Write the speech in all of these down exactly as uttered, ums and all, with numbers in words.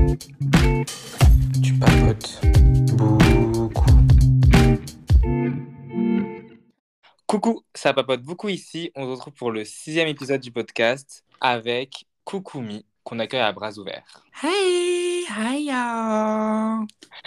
Tu papotes beaucoup. Coucou, ça papote beaucoup ici. On se retrouve pour le sixième épisode du podcast avec Koukoumi, qu'on accueille à bras ouverts. Hey, hi y'all.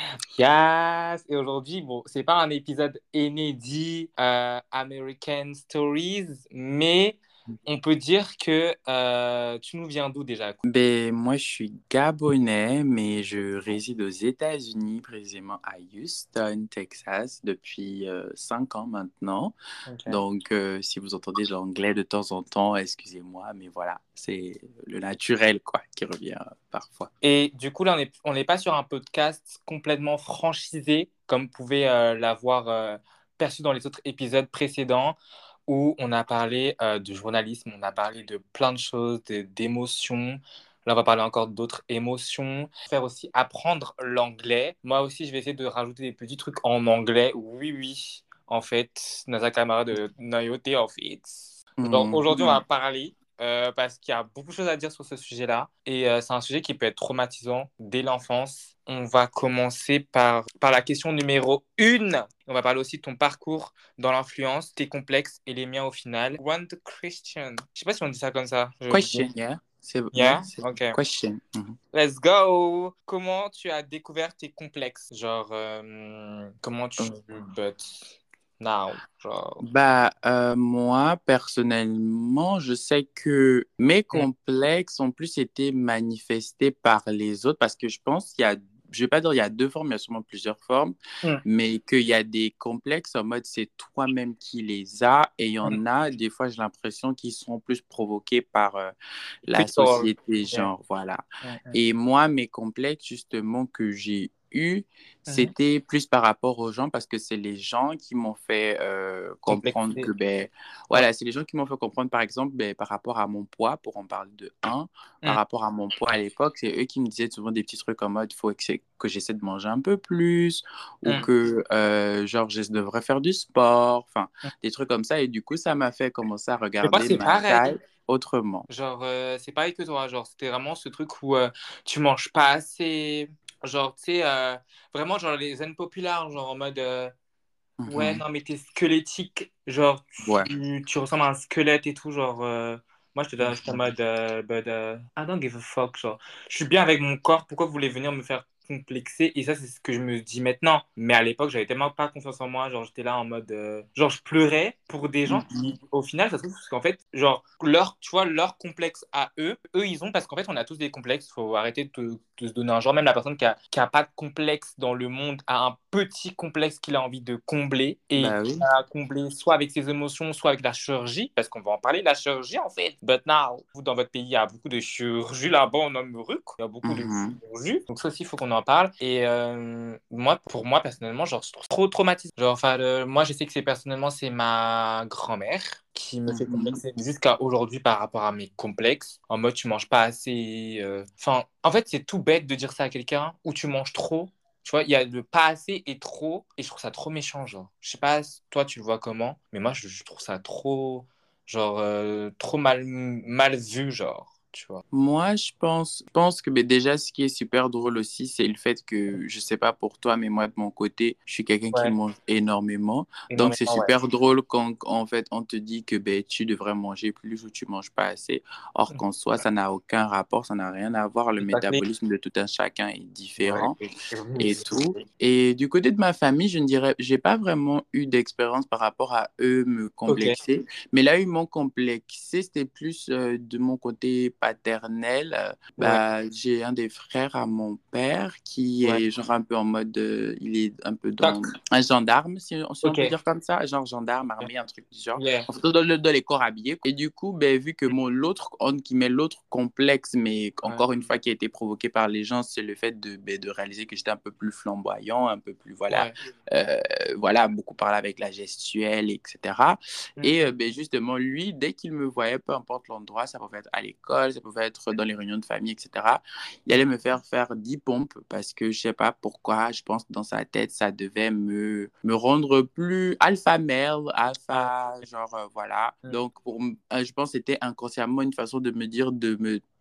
Yes! Et aujourd'hui, bon, c'est pas un épisode inédit euh, American Stories, mais on peut dire que euh, tu nous viens d'où déjà? Ben, moi, je suis gabonais, mais je réside aux États-Unis, précisément à Houston, Texas, depuis euh, cinq ans maintenant. Ok. Donc, euh, si vous entendez de l'anglais de temps en temps, excusez-moi, mais voilà, c'est le naturel, quoi, qui revient euh, parfois. Et du coup, là, on n'est on n'est pas sur un podcast complètement franchisé, comme vous pouvez euh, l'avoir euh, perçu dans les autres épisodes précédents, où on a parlé euh, de journalisme, on a parlé de plein de choses, de- d'émotions. Là, on va parler encore d'autres émotions. Faire aussi apprendre l'anglais. Moi aussi, je vais essayer de rajouter des petits trucs en anglais. Oui, oui. En fait, Nasa Kamara de Nayote, en fait. Genre, aujourd'hui, on va Mhm. parler euh, parce qu'il y a beaucoup de choses à dire sur ce sujet-là. Et euh, c'est un sujet qui peut être traumatisant dès l'enfance. On va commencer par, par la question numéro une. On va parler aussi de ton parcours dans l'influence, tes complexes et les miens au final. One the Christian. Je sais pas si on dit ça comme ça. J'ai oublié. Question, yeah? C'est, yeah, Yeah? c'est Ok. question. Mhm. Let's go! Comment tu as découvert tes complexes? Genre, euh, comment tu... But now, genre... Bah, euh, moi, personnellement, je sais que mes Mm, complexes ont plus été manifestés par les autres parce que je pense qu'il y a, je vais pas dire il y a deux formes, il y a sûrement plusieurs formes, mm, mais qu'il y a des complexes en mode c'est toi-même qui les as et il y mm. en a, des fois, j'ai l'impression qu'ils sont plus provoqués par euh, la Cultural. société, Yeah. genre, voilà. Mm, mm. Et moi, mes complexes, justement, que j'ai eu, Mhm. c'était plus par rapport aux gens parce que c'est les gens qui m'ont fait euh, comprendre que, Complexité. ben, Ouais. voilà, c'est les gens qui m'ont fait comprendre, par exemple, ben, par rapport à mon poids, pour en parler de un, par Mm, rapport à mon poids à l'époque, c'est eux qui me disaient souvent des petits trucs en mode, il faut que, que j'essaie de manger un peu plus ou mm, que, euh, genre, je devrais faire du sport, enfin, mm. des trucs comme ça. Et du coup, ça m'a fait commencer à Mais moi, regarder c'est ma pareil. taille autrement. Genre, euh, c'est pareil que toi. Genre, c'était vraiment ce truc où euh, tu manges pas assez. Genre, tu sais, euh, vraiment, genre, les zen populaires, genre, en mode, euh, ouais, Mhm. non, mais t'es squelettique. Genre, Ouais. tu, tu ressembles à un squelette et tout. Genre, euh, moi, j'étais dans- j'étais en Mhm. mode, euh, but, euh, I don't give a fuck. Genre, je suis bien avec mon corps. Pourquoi vous voulez venir me faire complexer? Et ça, c'est ce que je me dis maintenant. Mais à l'époque, j'avais tellement pas confiance en moi. Genre, j'étais là en mode, euh, genre, je pleurais pour des gens Mhm. qui, au final, ça se trouve qu'en fait, genre, leur, tu vois, leur complexe à eux, eux, ils ont, parce qu'en fait, on a tous des complexes. Faut arrêter de, te- de se donner un genre. Même la personne qui a, qui a pas de complexe dans le monde a un petit complexe qu'il a envie de combler et Bah oui. à combler soit avec ses émotions, soit avec la chirurgie, parce qu'on va en parler de la chirurgie en fait. But now, vous dans votre pays, il y a beaucoup de chirurgie là-bas en Amérique, il y a beaucoup de Mhm. chirurgie, donc ça aussi, il faut qu'on en parle. Et euh, moi, pour moi, personnellement, genre, je trouve trop traumatisant. Genre, enfin, euh, moi, je sais que c'est personnellement, c'est ma grand-mère qui me fait Mhm. complexer jusqu'à aujourd'hui par rapport à mes complexes. En mode, tu manges pas assez. euh. Enfin, en fait, c'est tout bête de dire ça à quelqu'un ou tu manges trop. Tu vois, il y a le pas assez et trop, et je trouve ça trop méchant, genre. Je sais pas, si toi, tu le vois comment, mais moi, je, je trouve ça trop, genre, euh, trop mal, mal vu, genre, tu vois. Moi, je pense, je pense que ben, déjà, ce qui est super drôle aussi, c'est le fait que, je sais pas pour toi, mais moi, de mon côté, je suis quelqu'un qui Ouais, mange énormément. Donc, c'est énormément, ouais. super drôle quand, en fait, on te dit que ben, tu devrais manger plus ou tu manges pas assez. Or qu'en soi, ça n'a aucun rapport, ça n'a rien à voir. Le C'est pas clé. métabolisme de tout un chacun est Ouais, différent et oui. tout. Et du côté de ma famille, je ne dirais, j'ai pas vraiment eu d'expérience par rapport à eux me Ok, complexer. Mais là, ils m'ont complexé, c'était plus euh, de mon côté paternel. Euh, ouais, bah, j'ai un des frères à mon père qui ouais. est genre un peu en mode, euh, il est un peu dans Toc. un gendarme, si, si on Ok, peut dire comme ça, genre gendarme armé, un truc du genre. yeah. En fait, dans, le- dans les corps habillés. Et du coup, ben, vu que mon l'autre, on- qui met l'autre complexe, mais Ouais. encore une fois, qui a été provoqué par les gens, c'est le fait de, ben, de réaliser que j'étais un peu plus flamboyant, un peu plus, voilà, Ouais. euh, voilà, beaucoup parler avec la gestuelle, et cetera. Mm. Et euh, ben, justement, lui, dès qu'il me voyait, peu importe l'endroit, ça pouvait être à l'école, ça pouvait être dans les réunions de famille, et cetera, il allait me faire faire dix pompes parce que je sais pas pourquoi, je pense que dans sa tête, ça devait me, me rendre plus alpha male, Ah, alpha, genre, euh, voilà. mm. Donc, pour, m- euh, je pense que c'était inconsciemment une façon de me dire de me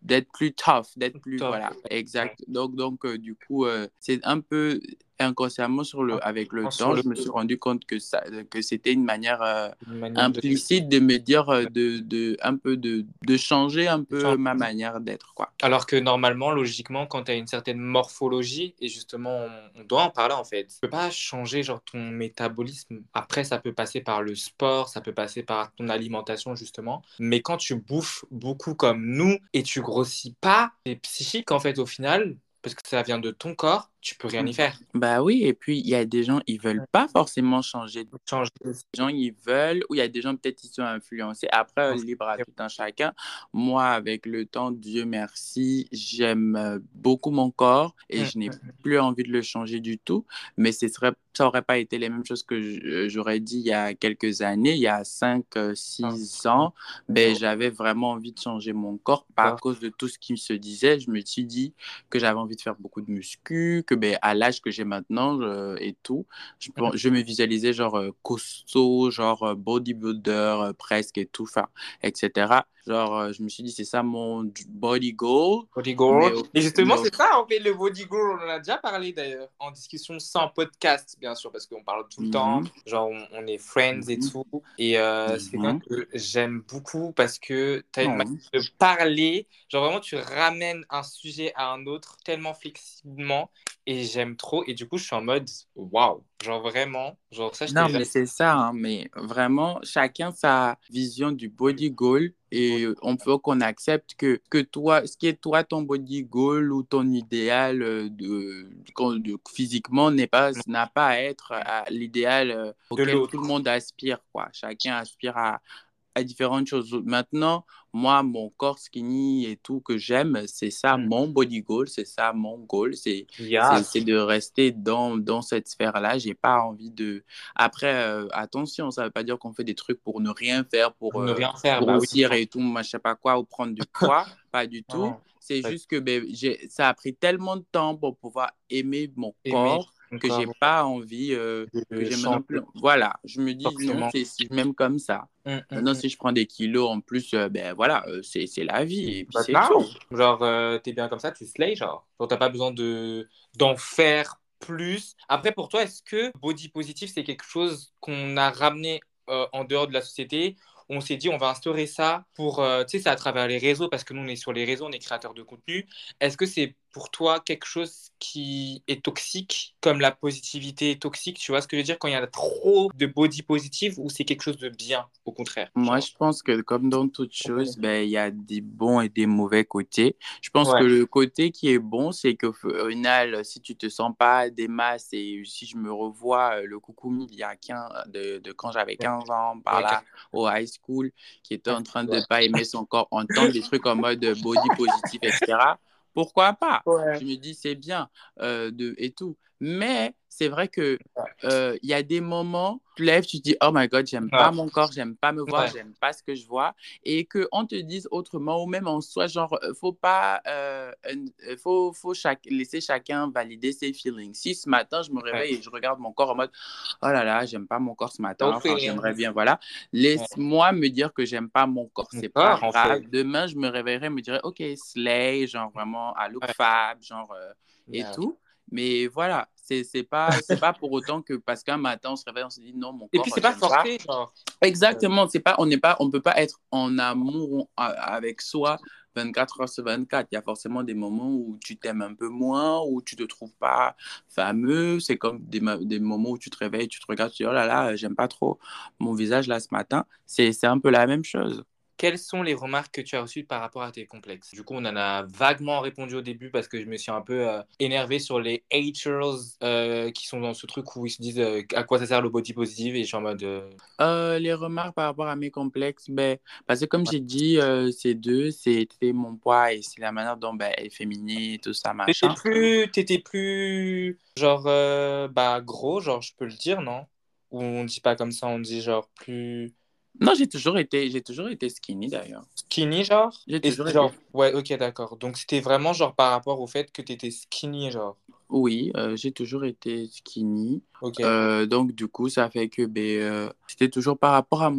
d'être plus tough, d'être plus, Top. voilà, Ouais. exact. Donc, donc euh, du coup, euh, c'est un peu inconsciemment sur le, avec le Sur temps, le je me suis rendu compte que ça, que c'était une manière euh, une manière de implicite de me dire euh, de, de, un peu de, de changer un peu ma changer. manière d'être, quoi. Alors que normalement, logiquement, quand tu as une certaine morphologie, et justement, on, on doit en parler en fait, tu peux pas changer genre ton métabolisme. Après, ça peut passer par le sport, ça peut passer par ton alimentation justement. Mais quand tu bouffes beaucoup comme nous et tu grossis pas, c'est psychique en fait au final, parce que ça vient de ton corps, tu peux rien y faire. Bah oui, et puis il y a des gens, ils veulent pas forcément changer. Changer. Gens, ils veulent, ou il y a des gens, peut-être, qui sont influencés. Après, libre à tout un chacun. Moi, avec le temps, Dieu merci, j'aime euh, beaucoup mon corps et Mm, je n'ai mm, plus envie de le changer du tout. Mais ce serait, ça n'aurait pas été les mêmes choses que j- euh, j'aurais dit il y a quelques années, il y a cinq, six mm. ans. Ben, j'avais vraiment envie de changer mon corps par D'accord. cause de tout ce qui se disait. Je me suis dit que j'avais envie de faire beaucoup de muscu, que ben, à l'âge que j'ai maintenant euh, et tout, je, pen- je me visualisais genre euh, costaud, genre euh, bodybuilder euh, presque et tout, enfin, et cetera. Genre, euh, je me suis dit, c'est ça mon d- body goal. Body Mais, goal. au- Et mais justement, au- c'est ça, en fait, le body goal. On en a déjà parlé d'ailleurs, en discussion sans podcast, bien sûr, parce qu'on parle tout le temps. Mhm, Genre, on, on est friends et mhm, tout. Et euh, c'est quelqu'un mhm. que j'aime beaucoup parce que tu as une manière Oh. de parler. Genre, vraiment, tu ramènes un sujet à un autre tellement flexiblement. Et j'aime trop. Et du coup, je suis en mode, waouh. Genre, vraiment. Genre, ça, je Non, t'ai mais jamais. c'est ça, hein, mais vraiment, chacun sa vision du body goal et on peut qu'on accepte que, que toi, ce qui est toi, ton body goal ou ton idéal euh, de, de- de- physiquement n'est pas, n'a pas à être à l'idéal euh, De auquel tout le l'autre. monde aspire, quoi. Chacun aspire à, à différentes choses. Maintenant, moi, mon corps skinny et tout que j'aime, c'est ça Mm. mon body goal, c'est ça mon goal, c'est c'est c'est Yes. de rester dans, dans cette sphère-là. J'ai pas envie de... Après, euh, attention, ça veut pas dire qu'on fait des trucs pour ne rien faire, pour Ne euh, rien faire, bah oui. grossir et tout, moi, je sais pas quoi, ou prendre du poids, pas du Non, tout. non. C'est Pas juste que ben, j'ai, ça a pris tellement de temps pour pouvoir aimer mon aimer corps que j'ai encore pas envie, euh, que de j'ai maintenant plus... changer Voilà, je me dis non, forcément. c'est c'est même comme ça. Hum, hum, Maintenant, hum. si je prends des kilos en plus, euh, ben voilà, euh, c'est, c'est la vie et puis But c'est tout. now, genre, euh, t'es bien comme ça, tu slay, genre. Genre, t'as pas besoin de d'en faire plus. Après, pour toi, est-ce que body positive, c'est quelque chose qu'on a ramené euh, en dehors de la société? On s'est dit, on va instaurer ça pour, euh, tu sais, c'est à travers les réseaux, parce que nous, on est sur les réseaux, on est créateurs de contenu. Est-ce que c'est pour toi quelque chose qui est toxique, comme la positivité est toxique? Tu vois ce que je veux dire quand il y a trop de body positive ou c'est quelque chose de bien, au contraire? Moi, Genre, je pense que comme dans toute chose, ben, il y a des bons et des mauvais côtés. Je pense que ouais, le côté qui est bon, c'est qu'au final, si tu te sens pas des masses et si je me revois euh, le coucou il y a quinze, de, de quand j'avais quinze ans, par avec un... là, au high school, qui était en train de Ouais. pas aimer son corps, entendre des trucs en mode body positif, et cetera. Pourquoi pas? Ouais. Je me dis, c'est bien euh, de, et tout. Mais c'est vrai que euh, il y a des moments, tu te lèves, tu te dis, oh my God, j'aime pas Ouais. mon corps, j'aime pas me voir, Ouais. j'aime pas ce que je vois, et qu'on te dise autrement, ou même en soi, genre, euh, faut pas, euh, euh, faut, faut chaque, laisser chacun valider ses feelings. Si ce matin, je me Ouais. réveille et je regarde mon corps en mode, oh là là, j'aime pas mon corps ce matin, No enfin, j'aimerais feelings. bien, voilà, Ouais. laisse-moi me dire que j'aime pas mon corps, c'est pas D'accord, en grave. fait. Demain, je me réveillerai et me dirais, ok, slay, genre vraiment, I look Ouais. fab, genre, euh, et Yeah. tout. Mais voilà, c'est c'est pas c'est pas pour autant que parce qu'un matin on se réveille on se dit non mon Et puis, corps c'est euh, pas j'aime pas. forcé, genre. Ouais. Exactement, c'est pas on n'est pas on peut pas être en amour a- avec soi vingt-quatre heures sur vingt-quatre. Il y a forcément des moments où tu t'aimes un peu moins, où tu te trouves pas fameux. C'est comme des, ma- des moments où tu te réveilles, tu te regardes, tu dis oh là là, j'aime pas trop mon visage là ce matin. C'est c'est un peu la même chose. Quelles sont les remarques que tu as reçues par rapport à tes complexes? Du coup, on en a vaguement répondu au début parce que je me suis un peu euh, énervé sur les haters euh, qui sont dans ce truc où ils se disent euh, à quoi ça sert le body positive et je suis en mode euh, Euh, les remarques par rapport à mes complexes, ben, parce que comme j'ai dit, euh, c'est deux, c'était mon poids et c'est la manière dont ben, elle est féminine, tout ça, t'étais machin. plus, t'étais plus genre euh, bah gros, genre je peux le dire, non? Ou on dit pas comme ça, on dit genre plus Non, j'ai toujours été, j'ai toujours été skinny d'ailleurs. skinny, genre? J'ai Et toujours c'était été. genre, ouais, ok, d'accord. Donc c'était vraiment genre par rapport au fait que t'étais skinny, genre. Oui, euh, j'ai toujours été skinny. Ok. Euh, donc, du coup, ça fait que ben, euh, c'était toujours par rapport à mon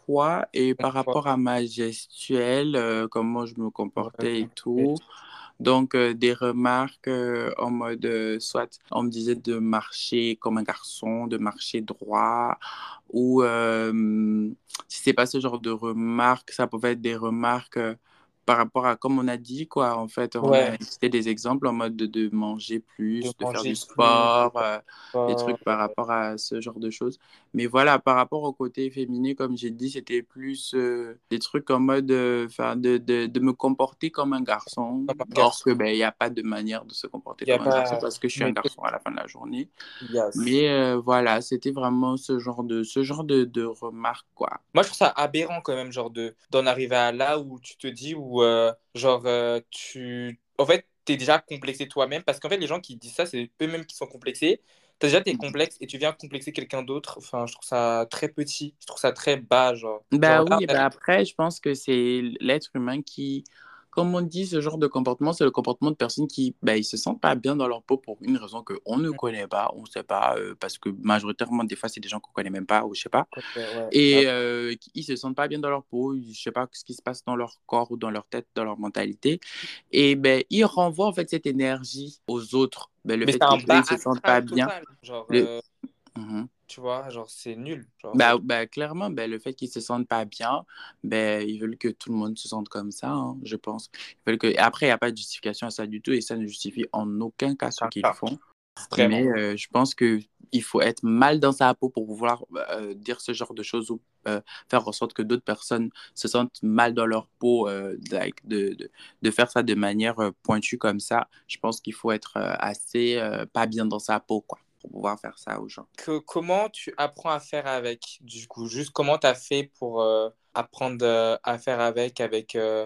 poids et Ton par poids. rapport à ma gestuelle, euh, comment je me Ouais, comportais et ok. tout. Donc, euh, des remarques euh, en mode, euh, soit on me disait de marcher comme un garçon, de marcher droit, ou euh, si c'est pas ce genre de remarques, ça pouvait être des remarques euh, par rapport à, comme on a dit, quoi. En fait, on a Ouais, cité des exemples en mode de, de manger de plus, de faire manger du plus, de sport, faire euh, des sport. trucs par rapport à ce genre de choses. Mais voilà, par rapport au côté féminin, comme j'ai dit, c'était plus euh, des trucs en mode euh, enfin, de, de, de me comporter comme un garçon. Comme un Or que garçon. ben, il n'y a pas de manière de se comporter Il n'y a comme un garçon pas. parce que je suis un Mais garçon à la fin de la journée. yes. Mais euh, voilà, c'était vraiment ce genre de, ce genre de, de remarques, quoi. Moi, je trouve ça aberrant quand même, genre de d'en arriver à là où tu te dis où euh, genre euh, tu en fait t'es déjà complexé toi-même parce qu'en fait les gens qui disent ça c'est eux-mêmes qui sont complexés. T'as déjà tes complexes et tu viens complexer quelqu'un d'autre. Enfin, je trouve ça très petit. Je trouve ça très bas, genre. Ben Genre là, oui, ben après, je pense que c'est l'être humain qui, comme on dit, ce genre de comportement, c'est le comportement de personnes qui, ben, ils se sentent pas bien dans leur peau pour une raison qu'on ne connaît pas, on ne sait pas, euh, parce que majoritairement, des fois, c'est des gens qu'on connaît même pas, ou je sais pas, ouais, ouais. Bah, et euh, qui- ils se sentent pas bien dans leur peau, je sais pas ce qui se passe dans leur corps ou dans leur tête, dans leur mentalité, et ben, ils renvoient en fait cette énergie aux autres, ben, le mais c'est fait un qu'eux, bas ils se sentent pas astral bien, total. Genre, le... euh, Mhm. tu vois, genre c'est nul. Genre, c'est Bah, bah, clairement, ben, le fait qu'ils se sentent pas bien, ben, ils veulent que tout le monde se sente comme ça, hein, je pense. Ils veulent que... Après, il n'y a pas de justification à ça du tout et ça ne justifie en aucun cas ce aucun qu'ils cas. font. Mais Vraiment. euh, je pense que il faut être mal dans sa peau pour pouvoir euh, dire ce genre de choses ou euh, faire en sorte que d'autres personnes se sentent mal dans leur peau, euh, like, de, de, de faire ça de manière euh, pointue comme ça. Je pense qu'il faut être euh, assez euh, pas bien dans sa peau, quoi, pour pouvoir faire ça aux gens. Que, comment tu apprends à faire avec, du coup, juste comment tu as fait pour euh, apprendre euh, à faire avec, avec, euh,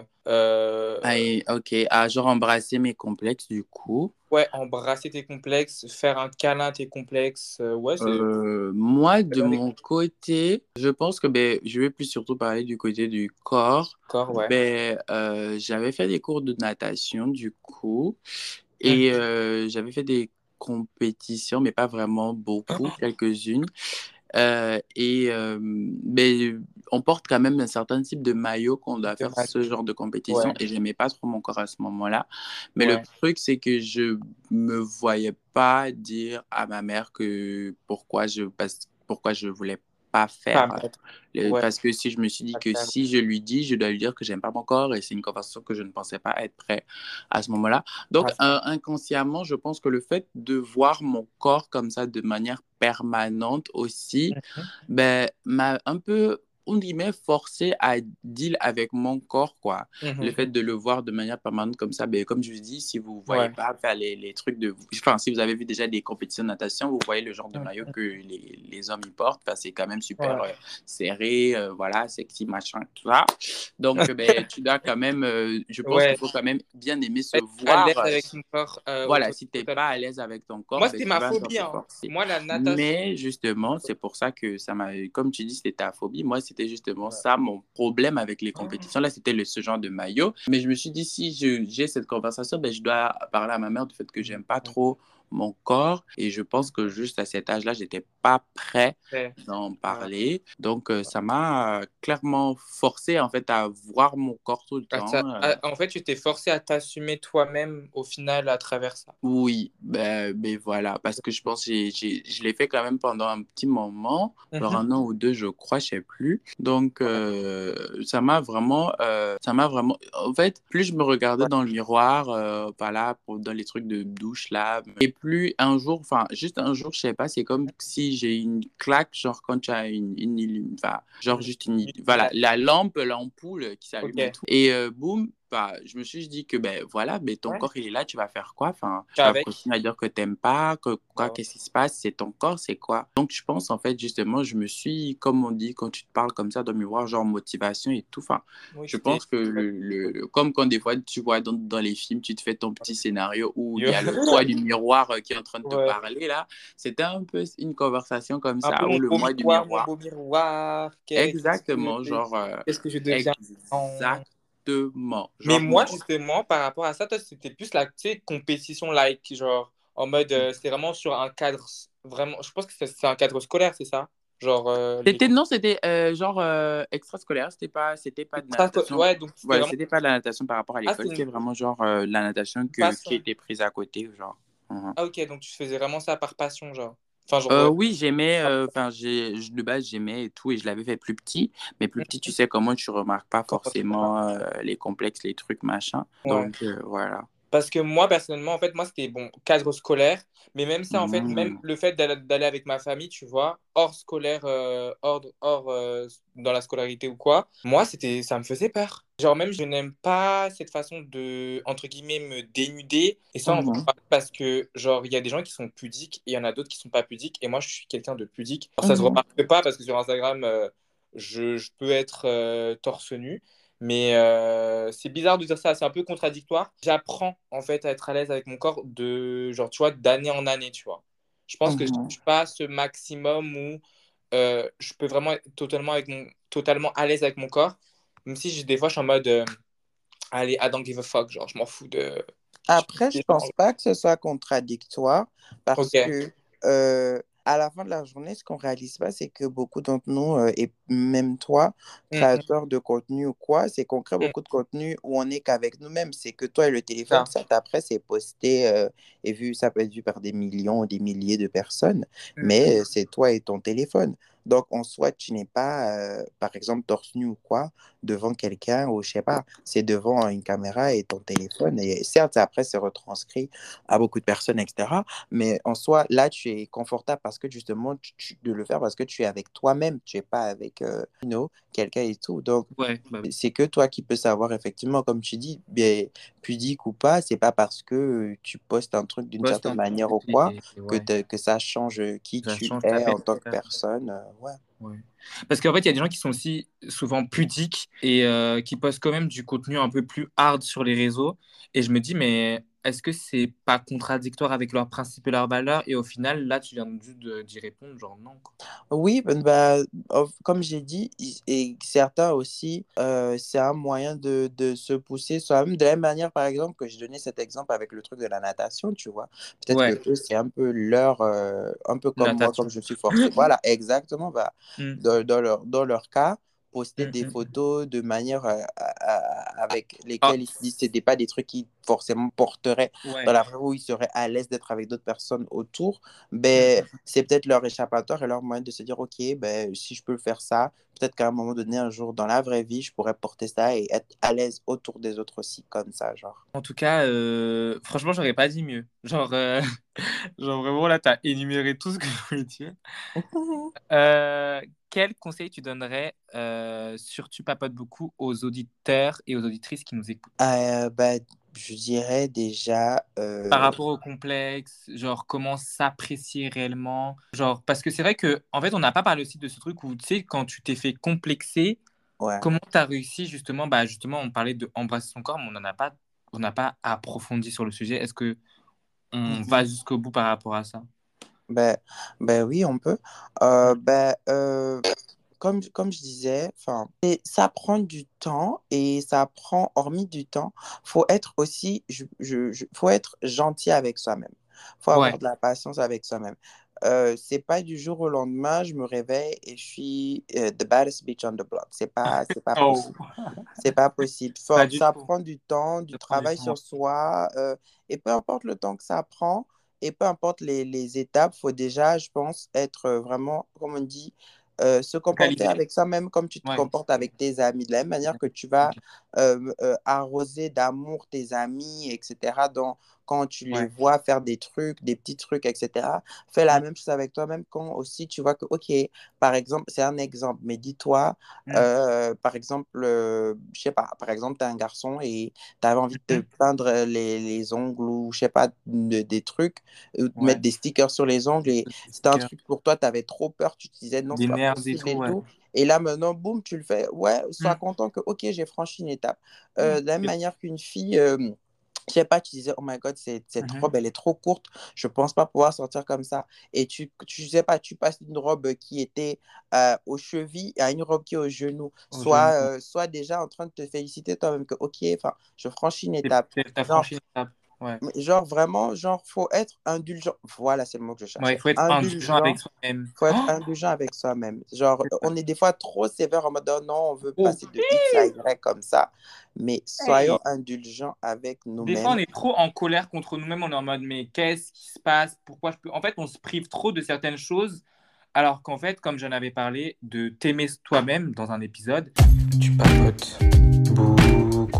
Ah, euh, et- ok, à genre embrasser mes complexes du coup. ouais, embrasser tes complexes, faire un câlin à tes complexes, euh, ouais, c'est... Euh, moi, de mon côté, je pense que ben, je vais plus surtout parler du côté du corps. D'accord, ouais. Ben, euh, j'avais fait des cours de natation du coup Mhm. et euh, j'avais fait des compétitions, mais pas vraiment beaucoup, quelques-unes. Euh, et euh, mais on porte quand même un certain type de maillot qu'on doit De faire ma- ce genre de compétition Ouais, et j'aimais pas trop mon corps à ce moment-là. Mais le ouais. truc, c'est que je me voyais pas dire à ma mère que pourquoi je, parce, pourquoi je voulais pas Pas faire. mettre, Le- ouais, Parce que si je me suis dit pas que faire. si je lui dis, je dois lui dire que j'aime pas mon corps et c'est une conversation que je ne pensais pas être prêt à ce moment-là. Donc, Ah, euh, inconsciemment, je pense que le fait de voir mon corps comme ça de manière permanente aussi, mhm. ben, m'a un peu, on guillemets, forcé à deal avec mon corps, quoi. Le Mhm. fait de le voir de manière permanente comme ça, ben, comme je vous dis, si vous ne voyez Ouais. pas faire les, les trucs de... Enfin, si vous avez vu déjà des compétitions de natation, vous voyez le genre de maillot Mhm. que les, les hommes y portent. Enfin, c'est quand même super Ouais. euh, serré, euh, voilà, sexy, machin, tout ça. Donc, euh, ben, tu dois quand même... euh, je pense qu'il Ouais. faut quand même bien aimer se Être à voir. l'aise euh, avec son corps euh, au voilà, to- si tu n'es pas à totalement. l'aise avec ton corps, Moi, ben, c'était tu ma vas un phobie, peu hein. forcer. Moi, la natation. Mais justement, c'est pour ça que ça m'a, comme tu dis, c'était ta phobie. Moi, c'était justement Ouais. ça, mon problème avec les compétitions. Là, c'était le, ce genre de maillot. Mais je me suis dit, si je, j'ai cette conversation, ben, je dois parler à ma mère du fait que j'aime pas trop mon corps. Et je pense que juste à cet âge-là, j'étais pas prêt Ouais. d'en Ouais. parler. Donc, euh, ça m'a euh, clairement forcé, en fait, à voir mon corps tout le À t'a- temps. euh, à- En fait, tu t'es forcé à t'assumer toi-même au final à travers ça. Oui, ben, ben voilà, parce que je pense que j'ai, j'ai- je l'ai fait quand même pendant un petit moment, genre Mhm. un an ou deux, je crois, je sais plus. Donc, Ouais. euh, ça m'a vraiment, euh, ça m'a vraiment, en fait, plus je me regardais Ouais. dans le miroir, euh, voilà, pour, dans les trucs de douche là, et plus un jour, enfin, juste un jour, je sais pas, c'est comme si j'ai une claque, genre quand tu as une, une, illu- enfin, genre Une- juste une, une voilà, image. la lampe, l'ampoule qui s'allume et Ok. tout. Et euh, boum, bah, je me suis dit que ben voilà, ben, ton Ouais. corps il est là, tu vas faire quoi? Enfin, tu Fais vas avec. continuer à dire que t'aimes pas, que quoi, Bah, qu'est-ce qui se passe? C'est ton corps, c'est quoi? Donc je pense en fait justement, je me suis, comme on dit, quand tu te parles comme ça dans le miroir, genre motivation et tout. Enfin, oui, je c'était. pense que le, le- comme quand des fois tu vois dans, dans les films, tu te fais ton petit scénario où il y a le moi du miroir euh, qui est en train de te Ouais. parler là. C'était un peu une conversation comme Un peu ça où mon le beau moi du miroir, mon miroir. beau miroir. qu'est- Qu'est-ce que je Exactement, fais? genre euh, Qu'est-ce que je deviens? en- exactement, Mais genre moi, moi. justement, par rapport à ça, toi, c'était plus la, tu sais, compétition like, genre, en mode, euh, c'était vraiment sur un cadre, s- vraiment, je pense que c'est c'est un cadre scolaire, c'est ça? Genre, euh, les C'était, non, c'était euh, genre euh, extrascolaire, c'était pas, c'était pas de la extra- natation. ouais, donc c'était Voilà, vraiment. c'était pas de la natation par rapport à Ah, l'école, c'était c'était une vraiment genre euh, la natation que, qui passion. était prise à côté, genre. Mhm. Ah, ok, donc tu faisais vraiment ça par passion, genre. Enfin, genre. Euh, euh, oui, j'aimais, euh, enfin, j'ai, je- de base, j'aimais et tout, et je l'avais fait plus petit, mais plus petit, tu sais comment tu remarques pas Comment tu remarques? forcément euh, les complexes, les trucs, machin. Ouais. Donc, euh, voilà. Parce que moi, personnellement, en fait, moi, c'était bon, cadre scolaire. Mais même ça, en fait, même Mhm. le fait d'aller d'aller avec ma famille, tu vois, hors scolaire, euh, hors, hors euh, dans la scolarité ou quoi, moi, c'était, ça me faisait peur. Genre, même, je n'aime pas cette façon de, entre guillemets, me dénuder. Et ça, on va Mhm. pas parce que, genre, il y a des gens qui sont pudiques et il y en a d'autres qui sont pas pudiques. Et moi, je suis quelqu'un de pudique. Alors, ça se Mhm. remarque pas parce que sur Instagram, euh, je, je peux être euh, torse nu. Mais euh, c'est bizarre de dire ça, c'est un peu contradictoire. J'apprends en fait à être à l'aise avec mon corps de genre tu vois d'année en année, tu vois. Je pense que je Mhm. suis pas ce maximum où euh, je peux vraiment être totalement avec mon totalement à l'aise avec mon corps, même si j'ai des fois je suis en mode euh, allez, I don't give a fuck, genre je m'en fous de Après, je pense pas que ce soit contradictoire parce OK. que euh, à la fin de la journée, ce qu'on réalise pas, c'est que beaucoup d'entre nous, euh, et même toi, Mm, mm, créateur de contenu ou quoi, c'est qu'on crée mm, beaucoup de contenu où on est qu'avec nous-mêmes. C'est que toi et le téléphone, ça. ça, après, c'est posté euh, et vu, ça peut être vu par des millions ou des milliers de personnes, Mm, mm. mais euh, c'est toi et ton téléphone. Donc, en soi, tu n'es pas, euh, par exemple, torse nu ou quoi, devant quelqu'un ou je sais pas, c'est devant une caméra et ton téléphone. Et certes, après, c'est retranscrit à beaucoup de personnes, et cetera. Mais en soi, là, tu es confortable parce que justement, tu, tu- de le faire parce que tu es avec toi-même, tu es pas avec euh, you know, quelqu'un et tout. Donc, Ouais, bah oui. c'est que toi qui peux savoir effectivement, comme tu dis, bien, pudique ou pas, c'est pas parce que tu postes un truc d'une Poste certaine un manière truc ou quoi et, et que, ouais, te- que ça change qui ça tu change ta es en tant que personne. personne. euh, ouais. Ouais. Parce qu'en fait, il y a des gens qui sont aussi souvent pudiques et euh, qui postent quand même du contenu un peu plus hard sur les réseaux. Et je me dis, mais est-ce que c'est pas contradictoire avec leurs principes et leurs valeurs? Et au final, là, tu viens juste de- d'y répondre, genre non, quoi. Oui, ben, bah, of- comme j'ai dit, i- et certains aussi, euh, c'est un moyen de, de se pousser soi-même. De la même manière, par exemple, que j'ai donné cet exemple avec le truc de la natation, tu vois. Peut-être que Ouais, eux, c'est un peu leur, euh, un peu comme moi, comme natation. je suis forcé. Voilà, exactement. Bah, Mm, dans, dans leur, dans leur cas, poster mm, des mm. photos de manière euh, à- à- avec Ah, lesquelles ils se disent que ce pas des trucs qui forcément porteraient dans ouais. la vraie où ils seraient à l'aise d'être avec d'autres personnes autour. Mm, Ben, mm. c'est peut-être leur échappatoire et leur moyen de se dire, OK, ben, si je peux faire ça, peut-être qu'à un moment donné, un jour, dans la vraie vie, je pourrais porter ça et être à l'aise autour des autres aussi, comme ça, genre. En tout cas, euh, franchement, j'aurais pas dit mieux. Genre, euh, genre vraiment, là, t'as énuméré tout ce que je voulais dire. Euh, quel conseil tu donnerais, euh, sur Tu papotes beaucoup, aux auditeurs et aux auditrices qui nous écoutent? Euh, ben, je dirais déjà, Par euh, rapport au complexe, genre comment s'apprécier réellement, genre parce que c'est vrai que en fait on n'a pas parlé aussi de ce truc où tu sais quand tu t'es fait complexer, ouais. comment tu as réussi justement, bah justement on parlait de embrasser son corps mais on n'en a pas on n'a pas approfondi sur le sujet. Est-ce que on va Mhm. jusqu'au bout par rapport à ça? Ben, ben oui, on peut. Euh, ben, euh, comme, comme je disais, enfin, et ça prend du temps et ça prend, hormis du temps, faut être aussi, je, je, je- faut être gentil avec soi-même. Faut avoir Ouais. de la patience avec soi-même. Euh, c'est pas du jour au lendemain, je me réveille et je suis euh, the baddest bitch on the block. C'est pas, c'est pas Oh, possible. C'est pas possible. pas Faut- du ça tout. prend du temps, du Ça prend du travail temps. sur soi, euh, et peu importe le temps que ça prend, et peu importe les, les étapes, faut déjà, je pense, être euh, vraiment, comme on dit, euh, se comporter Focaliser. avec soi-même comme tu te Ouais. comportes avec tes amis. De la même manière que tu vas Ok. euh, euh, arroser d'amour tes amis, et cetera, dans, quand tu les Ouais. vois faire des trucs, des petits trucs, et cetera. Fais la Mm, même chose avec toi-même quand aussi tu vois que, OK, par exemple, c'est un exemple, mais dis-toi, mm, euh, par exemple, euh, je sais pas, par exemple, tu es un garçon et tu avais envie de te mhm. peindre les, les ongles ou je sais pas, de- des trucs, ou de mettre Ouais. des stickers sur les ongles et Des c'était un stickers, truc pour toi, tu avais trop peur, tu te disais non, des c'est pas nerfs et possible tout, et ouais. tout. Et là, maintenant, boum, tu le fais. Ouais, sois Mm. content que, OK, j'ai franchi une étape. Mm. Euh, de la même manière qu'une fille. euh, je sais pas, tu disais, oh my God, c'est- cette Mhm. robe, elle est trop courte, je pense pas pouvoir sortir comme ça. Et tu, tu sais pas, tu passes d'une robe qui était euh, aux chevilles à une robe qui est aux genoux. Au genou, ouais. Soit, euh, soit déjà en train de te féliciter toi-même que, ok, enfin, je franchis une T'es- étape. t'es- T'as Non, franchi l'étape. Ouais. Mais genre, vraiment, genre, faut être indulgent. Voilà, c'est le mot que je Ouais, cherchais. il faut être indulgent avec Indulgent, soi-même. faut être Oh, indulgent avec soi-même. Genre, c'est ça. on est des fois trop sévère en mode, oh non, on veut Oh, passer de X à Y comme ça. Mais soyons hey. indulgents avec Des fois, nous-mêmes. on est trop en colère contre nous-mêmes. On est en mode, mais qu'est-ce qui se passe? Pourquoi je peux... En fait, on se prive trop de certaines choses. Alors qu'en fait, comme j'en avais parlé, de t'aimer toi-même dans un épisode, tu papotes beaucoup.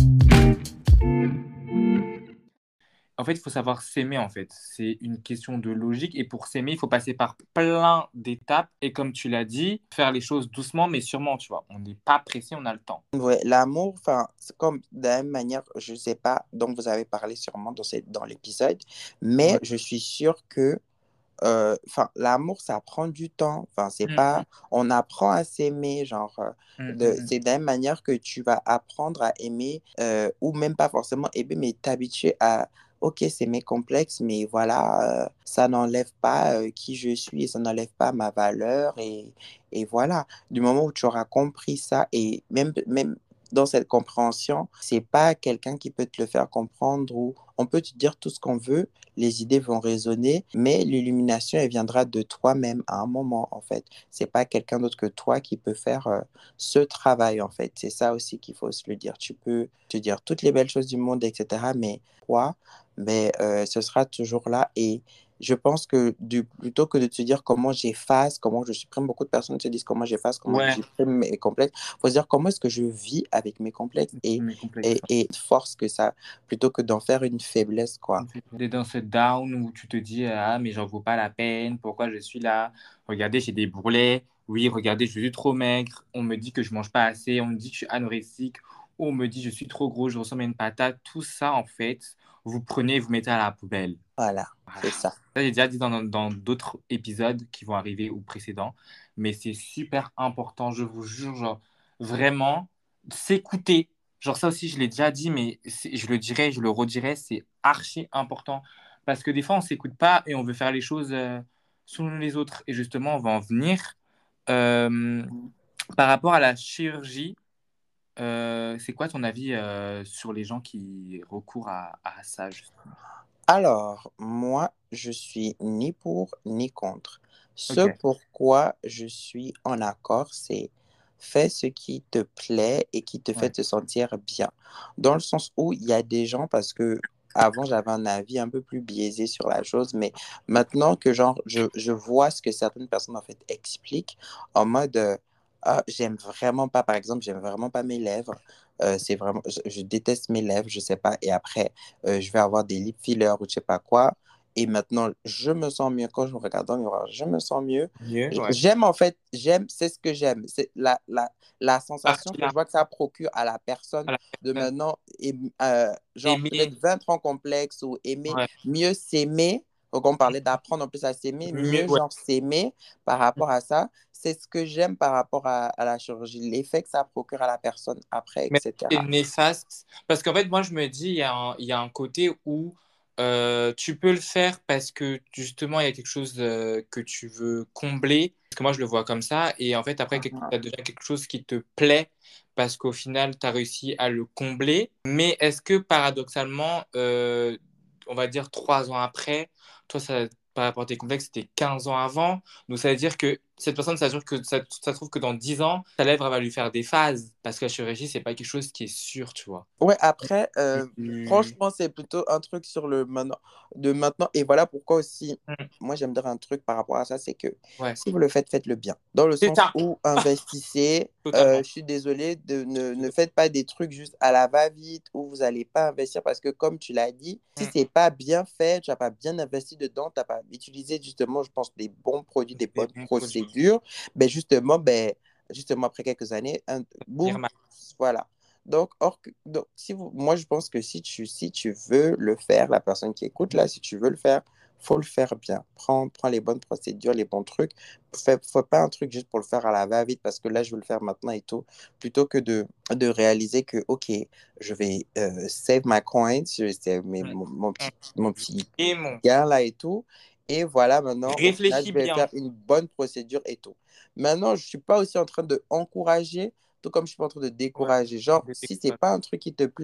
En fait, il faut savoir s'aimer, en fait. C'est une question de logique. Et pour s'aimer, il faut passer par plein d'étapes. Et comme tu l'as dit, faire les choses doucement, mais sûrement, tu vois. On n'est pas pressé, on a le temps. Ouais, l'amour, enfin, c'est comme de la même manière, je ne sais pas, donc vous avez parlé sûrement dans, cette- dans l'épisode, mais Ouais. je suis sûre que euh, enfin, l'amour, ça prend du temps. Enfin, c'est Mm, pas, mm, on apprend à s'aimer, genre, euh, mm, de, mm, c'est de la même manière que tu vas apprendre à aimer, euh, ou même pas forcément aimer, mais t'habituer à, ok, c'est mes complexes, mais voilà, euh, ça n'enlève pas euh, qui je suis et ça n'enlève pas ma valeur. Et, et voilà, du moment où tu auras compris ça, et même, même dans cette compréhension, c'est pas quelqu'un qui peut te le faire comprendre ou on peut te dire tout ce qu'on veut, les idées vont résonner, mais l'illumination, elle viendra de toi-même à un moment, en fait. C'est pas quelqu'un d'autre que toi qui peut faire euh, ce travail, en fait. C'est ça aussi qu'il faut se le dire. Tu peux te dire toutes les belles choses du monde, et cetera, mais toi, mais, euh, ce sera toujours là. Et je pense que du, plutôt que de te dire comment j'efface, comment je supprime, beaucoup de personnes se disent comment j'efface, comment je Ouais, supprime mes complexes. Il faut se dire comment est-ce que je vis avec mes complexes et, mes complexes. et, et force que ça, plutôt que d'en faire une faiblesse, quoi. T'es dans ce down où tu te dis ah mais j'en vaux pas la peine, pourquoi je suis là? Regardez, j'ai des bourrelets. Oui, regardez, je suis trop maigre. On me dit que je mange pas assez, on me dit que je suis anorexique, on me dit que je suis trop gros, je ressemble à une patate. Tout ça en fait, vous prenez et vous mettez à la poubelle. Voilà, Voilà. c'est ça. Ça, j'ai déjà dit dans dans d'autres épisodes qui vont arriver ou précédents, mais c'est super important, je vous jure, genre, vraiment, s'écouter. Genre ça aussi, je l'ai déjà dit, mais c'est- je le dirai, je le redirai, c'est archi important. Parce que des fois, on s'écoute pas et on veut faire les choses euh, selon les autres. Et justement, on va en venir. Euh, Par rapport à la chirurgie, euh, c'est quoi ton avis euh, sur les gens qui recourent à, à ça, justement? Alors, moi, je suis ni pour ni contre. Ce Ok. pourquoi je suis en accord, c'est fais ce qui te plaît et qui te fait Ouais. te sentir bien. Dans le sens où il y a des gens, parce que avant, j'avais un avis un peu plus biaisé sur la chose, mais maintenant que genre, je, je vois ce que certaines personnes en fait expliquent en mode, euh, ah, j'aime vraiment pas, par exemple, j'aime vraiment pas mes lèvres. Euh, c'est vraiment, je, je déteste mes lèvres, je sais pas. Et après, euh, je vais avoir des lip fillers ou je sais pas quoi. Et maintenant, je me sens mieux quand je me regarde dans le miroir. Je me sens mieux. Mieux, J- ouais. J'aime en fait, j'aime, c'est ce que j'aime. C'est la, la, la sensation que Partie-là, je vois que ça procure à la personne à la de personne. maintenant, et, euh, genre peut-être Aimer, vaincre en complexe ou aimer, ouais. mieux s'aimer. Donc on parlait d'apprendre en plus à s'aimer, Mieux, mieux ouais. genre s'aimer par rapport à ça. C'est ce que j'aime par rapport à, à la chirurgie, l'effet que ça procure à la personne après, Mais c'est et cetera. néfaste. Parce qu'en fait, moi, je me dis, il y a un, il y a un côté où euh, tu peux le faire parce que justement, il y a quelque chose euh, que tu veux combler. Parce que moi, je le vois comme ça. Et en fait, après, quelque- Mhm. ça devient quelque chose qui te plaît parce qu'au final, tu as réussi à le combler. Mais est-ce que paradoxalement, euh, on va dire trois ans après, toi, ça, par rapport à tes complexes, c'était quinze ans avant. Donc, ça veut dire que cette personne, ça, que ça, ça trouve que dans dix ans, ta lèvre elle va lui faire des phases. Parce que la chirurgie, c'est pas quelque chose qui est sûr, tu vois. Ouais, après, euh, Tu- franchement, c'est plutôt un truc sur le maintenant, de maintenant. Et voilà pourquoi aussi, Mm. moi, j'aime dire un truc par rapport à ça, c'est que Ouais. si vous le faites, faites-le bien. Dans le C'est sens ça. où investissez, euh, Totalement. je suis désolée, de, ne, ne faites pas des trucs juste à la va-vite où vous n'allez pas investir parce que, comme tu l'as dit, si Mm. c'est pas bien fait, tu n'as pas bien investi dedans, tu n'as pas utilisé justement, je pense, des bons produits, des Des bonnes bons produits. procédures, ben justement, ben, justement, après quelques années, un, Venir boum, ma- voilà. Donc, or, que- donc, si vous, moi, je pense que si tu, si tu veux le faire, la personne qui écoute là, si tu veux le faire, faut le faire bien. Prends, prends les bonnes procédures, les bons trucs. Fais, fais pas un truc juste pour le faire à la va-vite parce que là, je veux le faire maintenant et tout. Plutôt que de, de réaliser que, OK, je vais euh, save my coins, je save mes- Mm. mon, mon Mm. petit, mon petit Et mon. gain là et tout. Et voilà, maintenant, au final, Réfléchis je vais faire bien. une bonne procédure et tout. Maintenant, je suis pas aussi en train de encourager tout comme je suis pas en train de Ouais. décourager. Genre, De tes si c'est codes. pas un truc qui te plaît,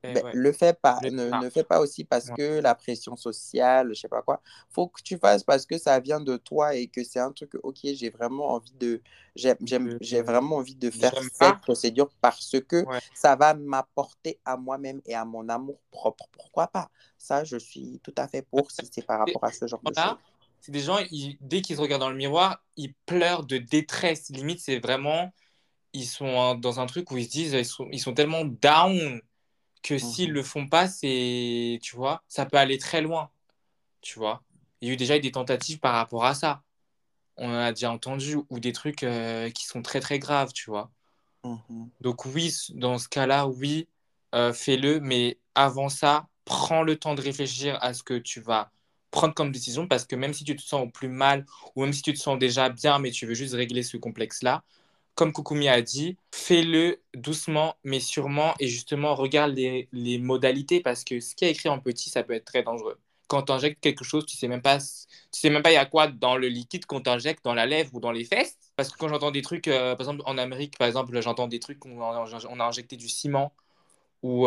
Et Ben, ouais, le fais pas, je le fais ne, pas. ne fais pas aussi parce Ouais, que la pression sociale, je sais pas quoi. Faut que tu fasses parce que ça vient de toi et que c'est un truc que, ok, j'ai vraiment envie de, j'aime, j'aime- de- j'ai vraiment envie de faire j'aime cette pas. procédure parce que Ouais. ça va m'apporter à moi-même et à mon amour propre. Pourquoi pas? Ça, je suis tout à fait pour si c'est par Et rapport à ce genre de choses. là, c'est des gens, ils- dès qu'ils se regardent dans le miroir, ils pleurent de détresse. Limite, c'est vraiment, ils sont en- dans un truc où ils se disent, ils sont, ils sont tellement down que s'ils Mhm, le font pas, c'est, tu vois, ça peut aller très loin, tu vois. Il y a eu déjà eu des tentatives par rapport à ça. On en a déjà entendu, ou des trucs euh, qui sont très très graves, tu vois. mhm, Donc oui, dans ce cas-là, oui, euh, fais-le, mais avant ça, prends le temps de réfléchir à ce que tu vas prendre comme décision, parce que même si tu te sens au plus mal, ou même si tu te sens déjà bien, mais tu veux juste régler ce complexe-là, comme Kukumi a dit, fais-le doucement, mais sûrement, et justement, regarde les, les modalités, parce que ce qui est écrit en petit, ça peut être très dangereux. Quand tu injectes quelque chose, tu sais même pas, tu sais même pas il y a quoi dans le liquide qu'on t'injecte dans la lèvre ou dans les fesses. Parce que quand j'entends des trucs, euh, par exemple en Amérique, par exemple, j'entends des trucs où on a, on a injecté du ciment ou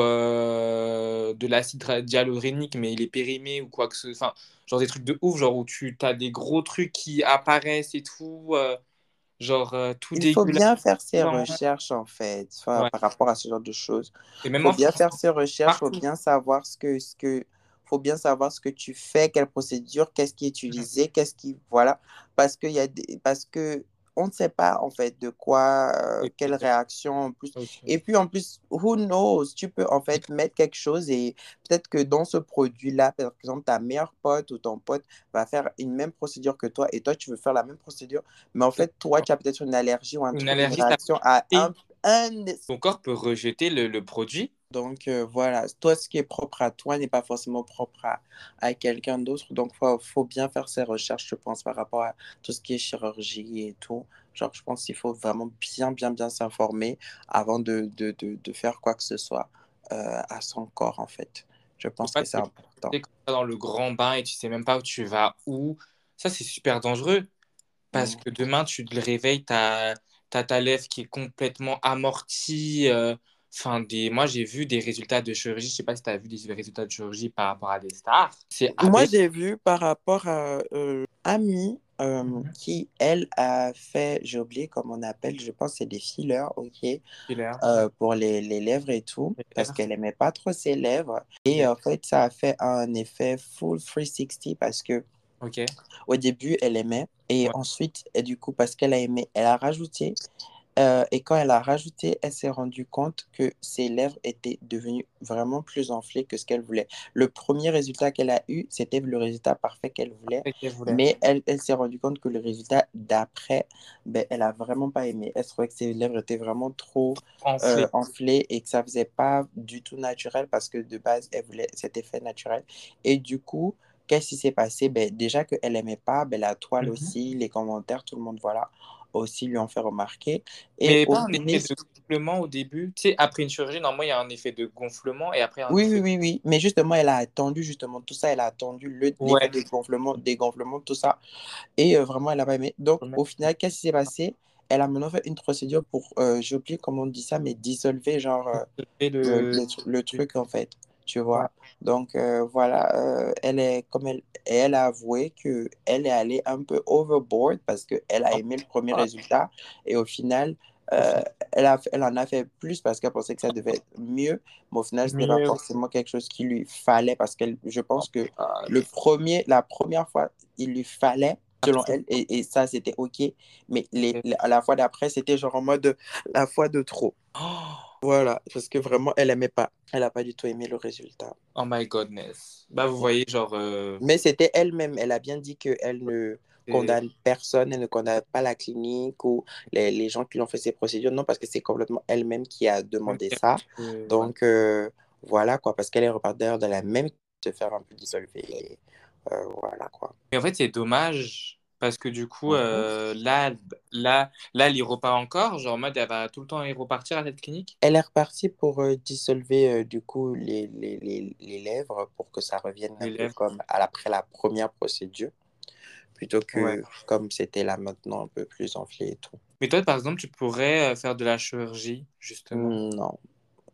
euh, de l'acide hyaluronique, mais il est périmé ou quoi que ce soit. Enfin, genre des trucs de ouf, genre où tu as des gros trucs qui apparaissent et tout, euh, genre euh, tout Il faut dégueulasse. bien faire ses recherches, en fait, enfin, Ouais. par rapport à ce genre de choses. Et Il même faut en bien France, faire ses recherches, il faut partout. bien savoir ce que, ce que, faut bien savoir ce que tu fais, quelle procédure, qu'est-ce qui est Mhm. utilisé, qu'est-ce qui, voilà, parce qu'il y a des, parce que on ne sait pas, en fait, de quoi, euh, Ok, quelle réaction, en plus. ok. Et puis, en plus, who knows, tu peux, en fait, mettre quelque chose et peut-être que dans ce produit-là, par exemple, ta meilleure pote ou ton pote va faire une même procédure que toi et toi, tu veux faire la même procédure mais en fait, toi, tu as peut-être une allergie ou un Une truc, une allergie, ça réaction à et un, un... ton corps peut rejeter le, le produit. Donc, euh, voilà, toi, ce qui est propre à toi n'est pas forcément propre à, à quelqu'un d'autre. Donc, il faut, faut bien faire ses recherches, je pense, par rapport à tout ce qui est chirurgie et tout. Genre, je pense qu'il faut vraiment bien, bien, bien s'informer avant de, de, de, de faire quoi que ce soit euh, à son corps, en fait. Je Faut pense pas que te c'est important. jeter comme ça dans le grand bain et tu sais même pas où tu vas où. Ça, c'est super dangereux. Parce Mm. que demain, tu te réveilles, tu as ta lèvre qui est complètement amortie. euh, Enfin, des... Moi, j'ai vu des résultats de chirurgie. Je sais pas si tu as vu des résultats de chirurgie par rapport à des stars. C'est Moi, aberrant. j'ai vu par rapport à euh, Ami euh, Mhm. qui, elle, a fait, j'ai oublié comment on appelle, je pense que c'est des fillers, ok, Filaire, euh, pour les, les lèvres et tout, les parce lèvres. qu'elle aimait pas trop ses lèvres. Et Ok. en fait, ça a fait un effet full trois cent soixante parce que Ok. au début, elle aimait, et Ouais. ensuite, et du coup, parce qu'elle a aimé, elle a rajouté. Euh, et quand elle a rajouté, elle s'est rendue compte que ses lèvres étaient devenues vraiment plus enflées que ce qu'elle voulait. Le premier résultat qu'elle a eu, c'était le résultat parfait qu'elle voulait, Ok, je voulais. mais elle, elle s'est rendue compte que le résultat d'après, ben, elle a vraiment pas aimé. Elle trouvait que ses lèvres étaient vraiment trop euh, Enflé. enflées et que ça faisait pas du tout naturel parce que de base, elle voulait cet effet naturel. Et du coup, qu'est-ce qui s'est passé? Ben, déjà qu'elle aimait pas, ben, la toile Mhm. aussi, les commentaires, tout le monde, voilà, aussi lui ont fait remarquer. Et Mais au pas un effet finish, de gonflement au début. Tu sais, après une chirurgie, normalement, il y a un effet de gonflement et après un oui, oui, effet. oui, oui. Mais justement, elle a attendu justement tout ça. Elle a attendu le- l'effet Ouais. de gonflement, dégonflement, tout ça. Et euh, vraiment, elle a pas aimé. Donc, Faut au mettre final, qu'est-ce qui s'est passé? Elle a maintenant fait une procédure pour, euh, j'ai oublié comment on dit ça, mais dissolver, genre, euh, le, le. le, tru- le truc, en fait. Tu Ouais. vois? Donc, euh, voilà, euh, elle est, comme elle, et elle a avoué que elle est allée un peu overboard parce qu'elle a aimé le premier Ah, résultat. Et au final, au euh, final, elle a, elle en a fait plus parce qu'elle pensait que ça devait être mieux. Mais au final, ce n'était pas mieux. forcément quelque chose qui lui fallait parce que je Oh pense que my God. le premier, la première fois, il lui fallait, selon Absolument. elle, et, et ça, c'était OK. Mais les, Ok. les- à la fois d'après, c'était genre en mode la fois de trop. Oh, Voilà, parce que vraiment, elle aimait pas. Elle a pas du tout aimé le résultat. oh my goodness. Bah, vous voyez, genre, euh, Mais c'était elle-même. Elle a bien dit qu'elle ne c'est- condamne personne, elle ne condamne pas la clinique ou les, les gens qui lui ont fait ces procédures. Non, parce que c'est complètement elle-même qui a demandé ça. euh, voilà. Donc, euh, voilà, quoi. Parce qu'elle est repartie d'ailleurs de la même se faire un peu dissolver. Et, euh, voilà, quoi. Mais en fait, c'est dommage parce que du coup, Mhm. euh, là, là, là, elle y repart encore. Genre, en mode, elle va tout le temps y repartir à cette clinique. Elle est repartie pour euh, dissolver euh, du coup les, les, les, les lèvres pour que ça revienne un Les peu lèvres. comme à- après la première procédure, plutôt Ouais. que comme c'était là maintenant un peu plus enflé et tout. Mais toi, par exemple, tu pourrais euh, faire de la chirurgie, justement. Hmm, non,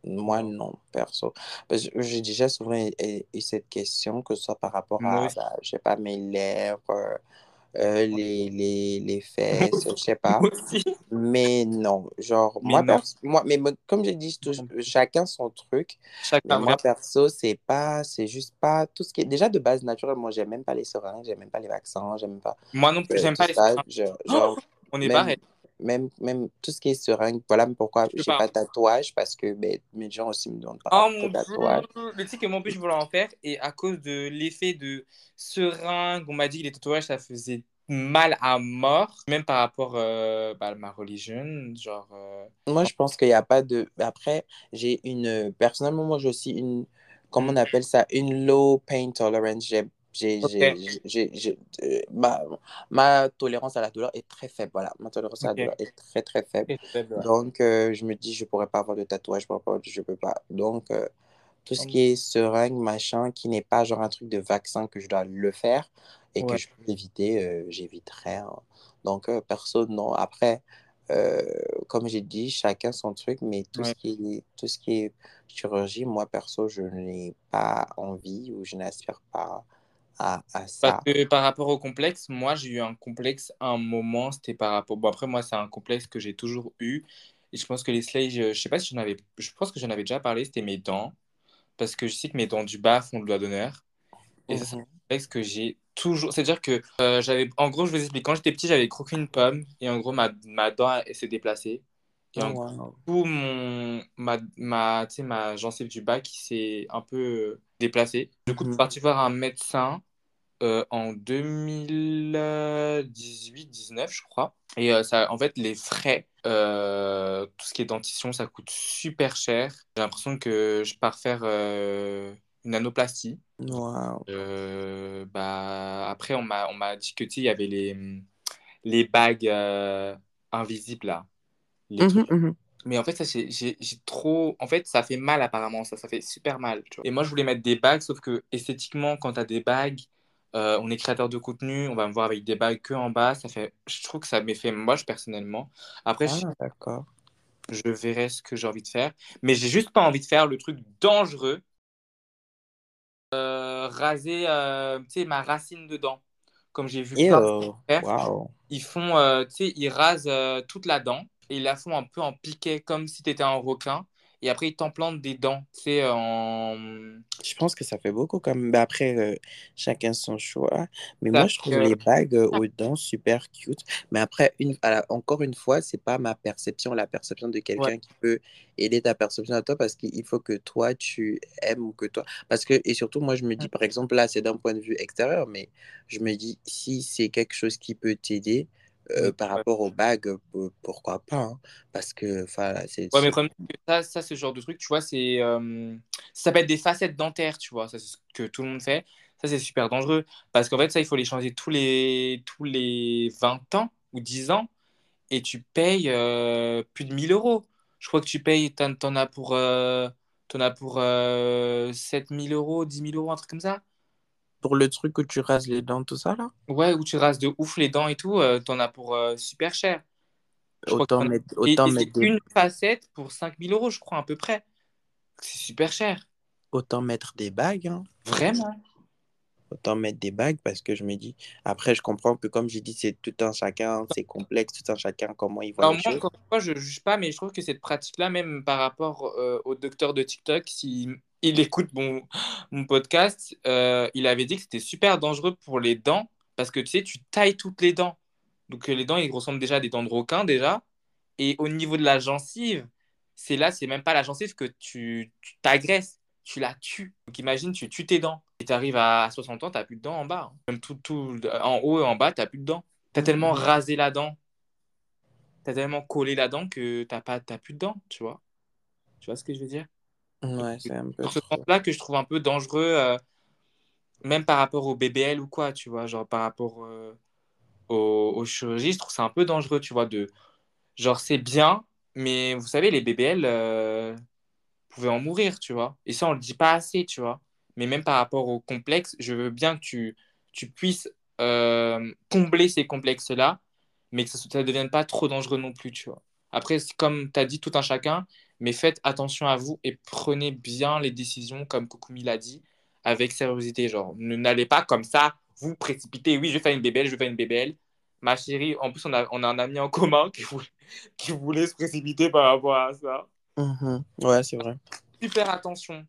Moi, Non. non, perso. Parce que j'ai déjà souvent eu, eu- eu cette question, que ce soit par rapport Moi à, aussi. bah, je sais pas, mes lèvres, euh, euh, les, les, les Moi fesses, je aussi. sais pas. Moi aussi. Mais non, genre, Mais moi, non. perso, moi mais moi, comme j'ai dit, touche- chacun son truc. Mais Chacun, moi, vraiment. perso, c'est pas, c'est juste pas tout ce qui est déjà de base naturel. Moi, j'aime même pas les seringues, j'aime même pas les vaccins, j'aime même pas Moi non plus, euh, j'aime tout pas les ça. seringues. Je- Oh, genre, on est même, pareil. même, même tout ce qui est seringue, voilà pourquoi Je peux j'ai pas. pas de tatouage, parce que ben, mes gens aussi me demandent par Oh rapport au mon tatouage. Dieu! Mais tu sais que moi, en plus, je voulais en faire. Et à cause de l'effet de seringue, on m'a dit que les tatouages, ça faisait mal à mort. Même par rapport euh, bah, à ma religion. Genre. euh, Moi, je pense qu'il n'y a pas de. Après, j'ai une. Personnellement, moi, j'ai aussi une. Comment hmm, on appelle ça? Une low pain tolerance. J'ai, j'ai, Ok, j'ai, j'ai, j'ai- euh, ma, ma tolérance à la douleur est très faible. Voilà, ma tolérance à la ok. douleur est très, très faible. C'est faible, ouais. Donc, euh, je me dis, je ne pourrais pas avoir de tatouage. Je pourrais pas, je peux pas. Donc, euh, tout ce Hum, qui est seringue, machin, qui n'est pas genre un truc de vaccin que je dois le faire et que Ouais. je peux éviter, euh, j'éviterai, hein. Donc, euh, perso, non. Après, euh, comme j'ai dit, chacun son truc, mais tout ce Ouais. qui est, tout ce qui est chirurgie, moi, perso, je n'ai pas envie ou je n'aspire pas à, à Parce ça. que par rapport au complexe, moi, j'ai eu un complexe à un moment. C'était par rapport. Bon, après, moi, c'est un complexe que j'ai toujours eu. Et je pense que les slaves, je, je sais pas si j'en avais. Je pense que j'en avais déjà parlé. C'était mes dents. Parce que je sais que mes dents du bas font le doigt d'honneur. Et ça, c'est un Mhm. complexe que j'ai toujours. C'est-à-dire que euh, j'avais. En gros, je vous explique. Quand j'étais petit, j'avais croqué une pomme. Et en gros, ma, ma dent elle s'est déplacée. Et Oh, en wow. gros, mon, ma, ma, tu sais, ma gencive du bas qui s'est un peu euh, déplacée. Du coup, je suis Mhm. parti voir un médecin euh, en deux mille dix-huit dix-neuf, je crois. Et euh, ça, en fait, les frais, euh, tout ce qui est dentition, ça coûte super cher. J'ai l'impression que je pars faire euh, une anoplastie. Wow. Euh, bah, après, on m'a, on m'a dit que, tu sais, il y avait les, les bagues euh, invisibles, là. Les Mhm, trucs. mhm. Mais en fait, ça, j'ai j'ai- j'ai trop. En fait, ça fait mal apparemment, ça, ça fait super mal. Tu vois. Et moi, je voulais mettre des bagues, sauf que esthétiquement, quand tu as des bagues, euh, on est créateur de contenu, on va me voir avec des bagues que en bas. Ça fait... Je trouve que ça m'est fait moche personnellement. Après, je, Ah, d'accord. je verrai ce que j'ai envie de faire. Mais j'ai juste pas envie de faire le truc dangereux, euh, raser euh, tu sais, ma racine dedans. Comme j'ai vu plein de Ew. faire. Wow. Ils font, euh, tu sais, ils rasent euh, toute la dent et ils la font un peu en piquet comme si tu étais un requin. Et après, ils t'implantent des dents, tu sais, en... Je pense que ça fait beaucoup quand même. Ben après, euh, chacun son choix. Mais Ça moi, je trouve fait, euh, les bagues euh, aux dents super cute. Mais après, une, à la- encore une fois, c'est pas ma perception, la perception de ouais, quelqu'un qui peut aider ta perception à toi parce qu'il faut que toi, tu aimes ou que toi. Parce que, et surtout, moi, je me dis, par exemple, là, c'est d'un point de vue extérieur, mais je me dis, si c'est quelque chose qui peut t'aider euh, mais, par ouais. rapport aux bagues, euh, pourquoi pas, hein. Parce que, enfin, c'est. Ouais, mais le c'est- problème, c'est que ça, ça, ce genre de truc, tu vois, c'est... euh, ça s'appelle des facettes dentaires, tu vois. Ça, c'est ce que tout le monde fait. Ça, c'est super dangereux. Parce qu'en fait, ça, il faut les changer tous les, tous les vingt ans ou dix ans. Et tu payes euh, plus de mille euros. Je crois que tu payes, t'en, t'en as pour, euh, t'en as pour euh, sept mille euros, dix mille euros, un truc comme ça. Pour le truc où tu rases les dents, tout ça, là, Ouais, où tu rases de ouf les dents et tout, euh, t'en as pour euh, super cher. Je crois que autant t'en as- mettre, Et, autant et mettre c'est des une facette pour cinq mille euros, je crois, à peu près. C'est super cher. Autant mettre des bagues, hein. Vraiment. Autant mettre des bagues parce que je me dis, après, je comprends que comme j'ai dit, c'est tout un chacun, c'est complexe, tout un chacun, comment il voit Alors les moi, choses. encore une fois, je ne juge pas, mais je trouve que cette pratique-là, même par rapport euh, au docteur de TikTok, s'il il écoute mon, mon podcast, euh, il avait dit que c'était super dangereux pour les dents, parce que tu sais, tu tailles toutes les dents. Donc euh, les dents, ils ressemblent déjà à des dents de requin déjà. Et au niveau de la gencive, c'est là, c'est même pas la gencive que tu tu t'agresses, tu la tues. Donc imagine, tu tues tes dents. Et tu arrives à soixante ans, tu n'as plus de dents en bas, hein. Même tout, tout, en haut et en bas, tu n'as plus de dents. Tu as tellement Mhm. rasé la dent, t'as tellement collé la dent que t'as pas, t'as plus de dents, tu vois. Tu vois ce que je veux dire? Donc, Ouais, c'est un peu dans ce trop. sens-là que je trouve un peu dangereux, euh, même par rapport au B B L ou quoi, tu vois, genre par rapport euh, aux, aux chirurgies, je trouve ça un peu dangereux, tu vois, de, genre c'est bien, mais vous savez, les B B L euh, pouvaient en mourir, tu vois. Et ça, on le dit pas assez, tu vois. Mais même par rapport au complexe, je veux bien que tu, tu puisses euh, combler ces complexes-là, mais que ça ne devienne pas trop dangereux non plus, tu vois. Après, c'est comme tu as dit, tout un chacun, mais faites attention à vous et prenez bien les décisions, comme Kokumi l'a dit, avec sérieuxité. Genre, ne n'allez pas comme ça, vous précipiter. Oui, je vais faire une bébelle, je vais faire une bébelle. Ma chérie, en plus, on a, on a un ami en commun qui voulait, qui voulait se précipiter par rapport à ça. Mhm. Ouais, c'est vrai. Super attention.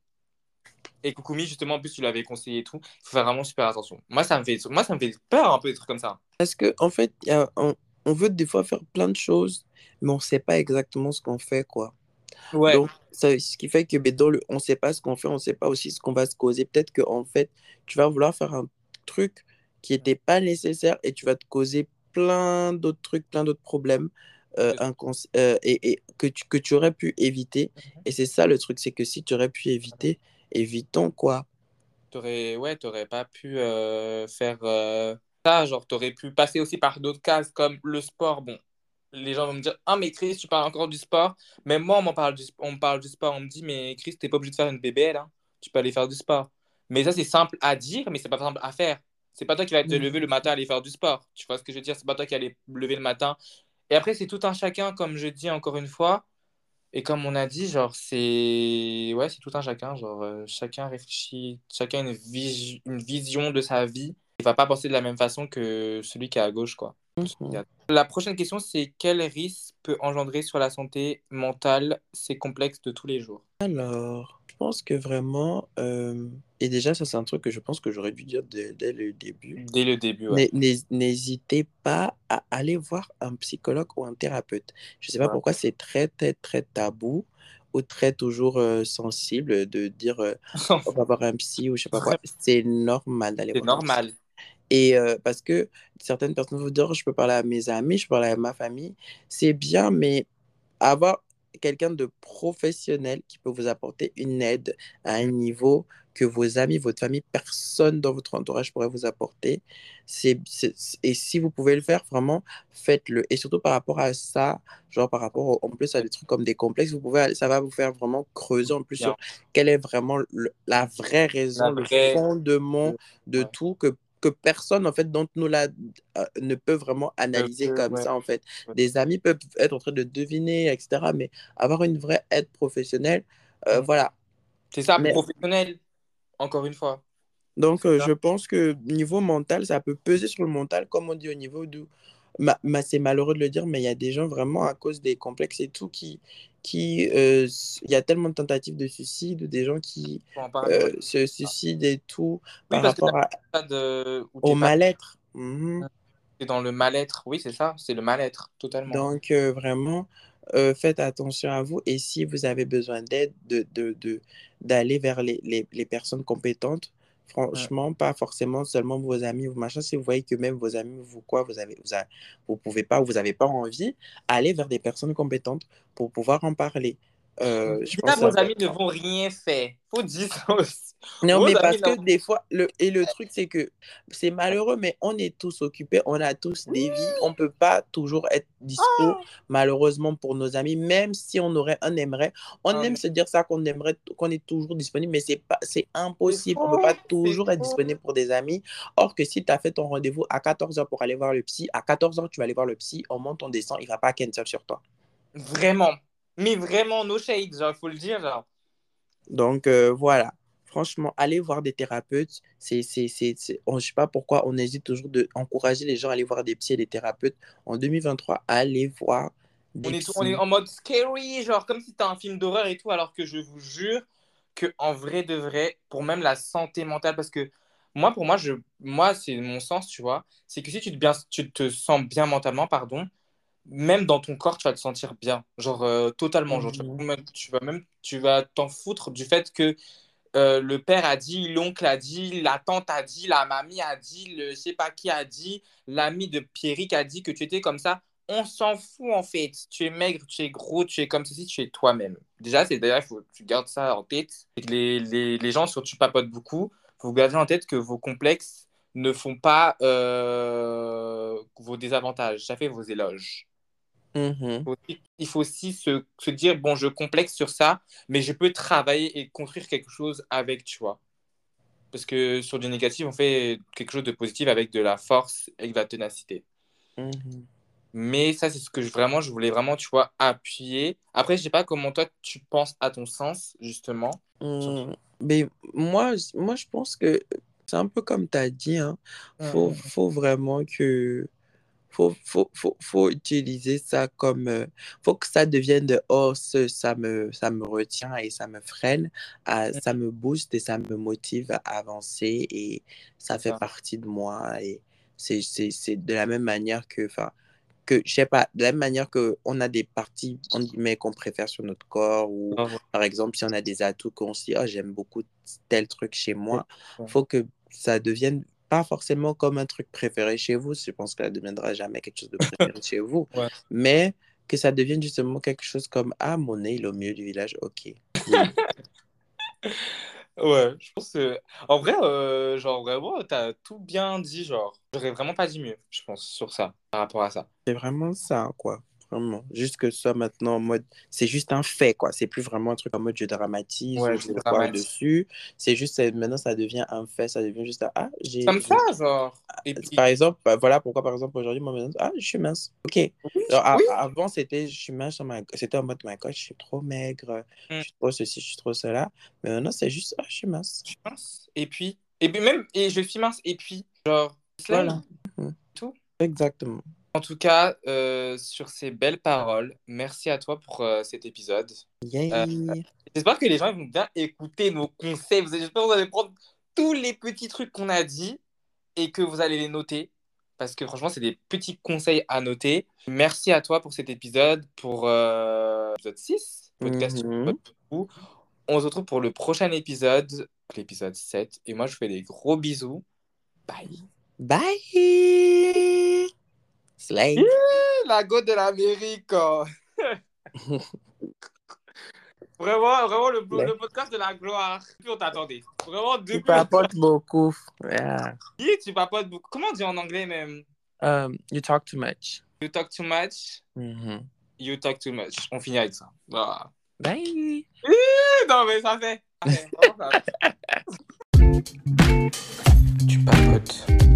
Et Kokumi, justement, en plus, tu l'avais conseillé et tout. Il faut faire vraiment super attention. Moi, ça me fait, moi, ça me fait peur un peu des trucs comme ça. Parce que, en fait, il y a- on, on veut des fois faire plein de choses, mais on ne sait pas exactement ce qu'on fait, quoi. Ouais. Donc, ça, ce qui fait que ben, dans le, on ne sait pas ce qu'on fait, on ne sait pas aussi ce qu'on va se causer. Peut-être que en fait, tu vas vouloir faire un truc qui n'était pas nécessaire et tu vas te causer plein d'autres trucs, plein d'autres problèmes euh, incons- euh, et, et que tu, que tu aurais pu éviter. Et c'est ça le truc, c'est que si tu aurais pu éviter, évitons quoi. T'aurais, ouais, t'aurais pas pu euh, faire euh, ça. Genre, t'aurais pu passer aussi par d'autres cases comme le sport. Bon, les gens vont me dire, ah, mais Chris, tu parles encore du sport. Même moi, on m'en parle du, on me parle du sport. On me dit, mais Chris, t'es pas obligé de faire une B B L, hein. Tu peux aller faire du sport. Mais ça, c'est simple à dire, mais c'est pas simple à faire. C'est pas toi qui vas te lever le matin à aller faire du sport. Tu vois ce que je veux dire? C'est pas toi qui vas aller lever le matin. Et après, c'est tout un chacun, comme je dis encore une fois. Et comme on a dit, genre, c'est ouais, c'est tout un chacun. Genre, euh, chacun réfléchit, chacun a une, vis- une vision de sa vie. Il va pas penser de la même façon que celui qui est à gauche, quoi. Mhm. La prochaine question, c'est quel risque peut engendrer sur la santé mentale ces complexes de tous les jours? Alors, je pense que vraiment, euh, et déjà, ça, c'est un truc que je pense que j'aurais dû dire dès, dès le début. Dès le début, ouais. N'hé- n'hé- N'hésitez pas à aller voir un psychologue ou un thérapeute. Je ne sais pas Ouais. pourquoi c'est très, très, très tabou ou très toujours euh, sensible de dire euh, on va voir un psy ou je sais pas quoi. C'est normal d'aller C'est voir un psy. normal. Et euh, parce que certaines personnes vont dire, je peux parler à mes amis, je peux parler à ma famille. C'est bien, mais avoir quelqu'un de professionnel qui peut vous apporter une aide à un niveau que vos amis, votre famille, personne dans votre entourage pourrait vous apporter. C'est, c'est- et si vous pouvez le faire, vraiment, faites-le. Et surtout par rapport à ça, genre par rapport au- en plus à des trucs comme des complexes, vous pouvez, aller- ça va vous faire vraiment creuser en plus Bien. sur quelle est vraiment le- la vraie raison, La le vraie. fondement de Ouais. tout que que personne, en fait, d'entre nous là, euh, ne peut vraiment Euh, analyser euh, comme ouais. ça, en fait. Ouais. Des amis peuvent être en train de deviner, et cetera. Mais avoir une vraie aide professionnelle, euh, Mm. voilà. C'est ça, Mais professionnel, encore une fois. donc, C'est euh, ça. je pense que niveau mental, ça peut peser sur le mental, comme on dit au niveau du... Ma, ma- c'est malheureux de le dire, mais il y a des gens vraiment à cause des complexes et tout qui... qui euh, s- il y a tellement de tentatives de suicide, ou des gens qui Faut en parler, ouais. euh, se suicident et tout Oui, par parce que tu rapport à- pas de... où au t'es pas mal-être. Mhm. t'es dans le mal-être. Oui, c'est ça, c'est le mal-être, totalement. Donc, euh, vraiment, euh, faites attention à vous et si vous avez besoin d'aide, de, de, de- d'aller vers les, les, les personnes compétentes, Mm. franchement, pas forcément seulement vos amis ou machin. Si vous voyez que même vos amis, vous quoi, vous avez, vous, a- vous pouvez pas, vous n'avez pas envie, allez vers des personnes compétentes pour pouvoir en parler. Euh, je pense Déjà, que c'est vos amis ne important. vont rien faire. Faut dire ça aussi. Non, Vos mais amis parce ne que des fois, le, et le truc, c'est que c'est malheureux, mais on est tous occupés, on a tous des vies, on peut pas toujours être dispo, malheureusement, pour nos amis, même si on aurait un aimerait. On Ah aime non, se dire ça, qu'on aimerait, qu'on est toujours disponible, mais c'est pas, c'est c'est impossible. On peut faux, pas c'est toujours être faux. disponible pour des amis. Or que si tu as fait ton rendez-vous à quatorze heures pour aller voir le psy, à quatorze heures, tu vas aller voir le psy, on monte, on descend, il va pas cancel sur toi. Vraiment. Mais vraiment, no shade, genre, faut le dire, genre. Donc, euh, voilà. Franchement, aller voir des thérapeutes, c'est, c'est, c'est, c'est- on- je sais pas pourquoi on hésite toujours de encourager les gens à aller voir des psys et des thérapeutes. En deux mille vingt-trois, allez voir On des est, tout- on est psys. en mode scary, genre comme si c'était un film d'horreur et tout, alors que je vous jure que en vrai de vrai, pour même la santé mentale, parce que moi, pour moi, je, moi, c'est mon sens, tu vois, c'est que si tu te, bien, tu te sens bien mentalement, pardon, même dans ton corps, tu vas te sentir bien, genre euh, totalement, genre tu Mhm. vas, même- tu vas même, tu vas t'en foutre du fait que euh, le père a dit, l'oncle a dit, la tante a dit, la mamie a dit, le je sais pas qui a dit, l'ami de Pierrick a dit que tu étais comme ça. On s'en fout en fait. Tu es maigre, tu es gros, tu es comme ceci, tu es toi-même. Déjà, c'est d'ailleurs, il faut que tu gardes ça en tête. Et que les, les, les gens, sur tu papotes beaucoup, il faut garder en tête que vos complexes ne font pas euh, vos désavantages. Ça fait vos éloges. Mhm. Faut aussi- Il faut aussi se, se dire, bon, je complexe sur ça, mais je peux travailler et construire quelque chose avec, tu vois. Parce que sur du négatif, on fait quelque chose de positif avec de la force et de la ténacité. Mhm. Mais ça, c'est ce que je, vraiment, je voulais vraiment, tu vois, appuyer. Après, je sais pas comment toi, tu penses à ton sens, justement. Hum, mais moi, moi, je pense que c'est un peu comme tu as dit, hein. Hum, Faut, hum, faut vraiment que faut, faut, faut, faut utiliser ça comme euh, faut que ça devienne de oh ce- ça me ça me retient et ça me freine à hum, ça me booste et ça me motive à avancer et ça c'est fait ça. partie de moi et c'est c'est c'est de la même manière que enfin que je sais pas de la même manière que on a des parties entre guillemets qu'on préfère sur notre corps ou Grave, par exemple si on a des atouts qu'on se dit oh j'aime beaucoup tel truc chez ouais. moi Ouais. faut que ça devienne pas forcément comme un truc préféré chez vous, je pense que ça ne deviendra jamais quelque chose de préféré chez vous, Ouais. mais que ça devienne justement quelque chose comme ah mon nez il est au milieu du village, ok, cool. Ouais, je pense que... En vrai, euh, genre, vraiment, t'as tout bien dit, genre. J'aurais vraiment pas dit mieux, je pense, sur ça, par rapport à ça. C'est vraiment ça, quoi. Vraiment. Juste que ça, maintenant, en mode... C'est juste un fait, quoi. C'est plus vraiment un truc en mode je dramatise ou Ouais, je je sais quoi dramatique. dessus. C'est juste, c'est- maintenant, ça devient un fait. Ça devient juste, un, ah, j'ai... Comme ça, j'ai- genre. Et puis, Par exemple, bah, voilà pourquoi, par exemple, aujourd'hui, moi, maintenant, ah, je suis mince. OK. oui, Genre, a- oui. avant, c'était, je suis mince, oh my- c'était en mode, my God, je suis trop maigre, Hum, je suis trop ceci, je suis trop cela. Mais maintenant, c'est juste, ah, je suis mince. je suis mince. Et puis, et puis même, et je suis mince, et puis, genre, slay, Voilà. Mhm. tout. Exactement. En tout cas, euh, sur ces belles paroles, merci à toi pour euh, cet épisode. Euh, Yay. J'espère que les gens ils vont bien écouter nos conseils. Vous- J'espère que vous allez prendre tous les petits trucs qu'on a dit et que vous allez les noter. Parce que franchement, c'est des petits conseils à noter. Merci à toi pour cet épisode, pour euh, l'épisode six, podcast sur Mhm. Podcast. On se retrouve pour le prochain épisode, l'épisode sept. Et moi, je vous fais des gros bisous. Bye. Bye. Slay. La go de l'Amérique. Oh. Vraiment, vraiment le, le podcast de la gloire. Depuis, on t'attendait. Vraiment, Tu depuis, on papotes beaucoup. Yeah. dit, tu papotes beaucoup. Comment on dit en anglais même? Um, you talk too much. You talk too much. Mhm. You talk too much. On finit avec ça. Voilà. Bye. Non, mais ça fait. Ça fait. Vraiment, ça fait. Tu papotes.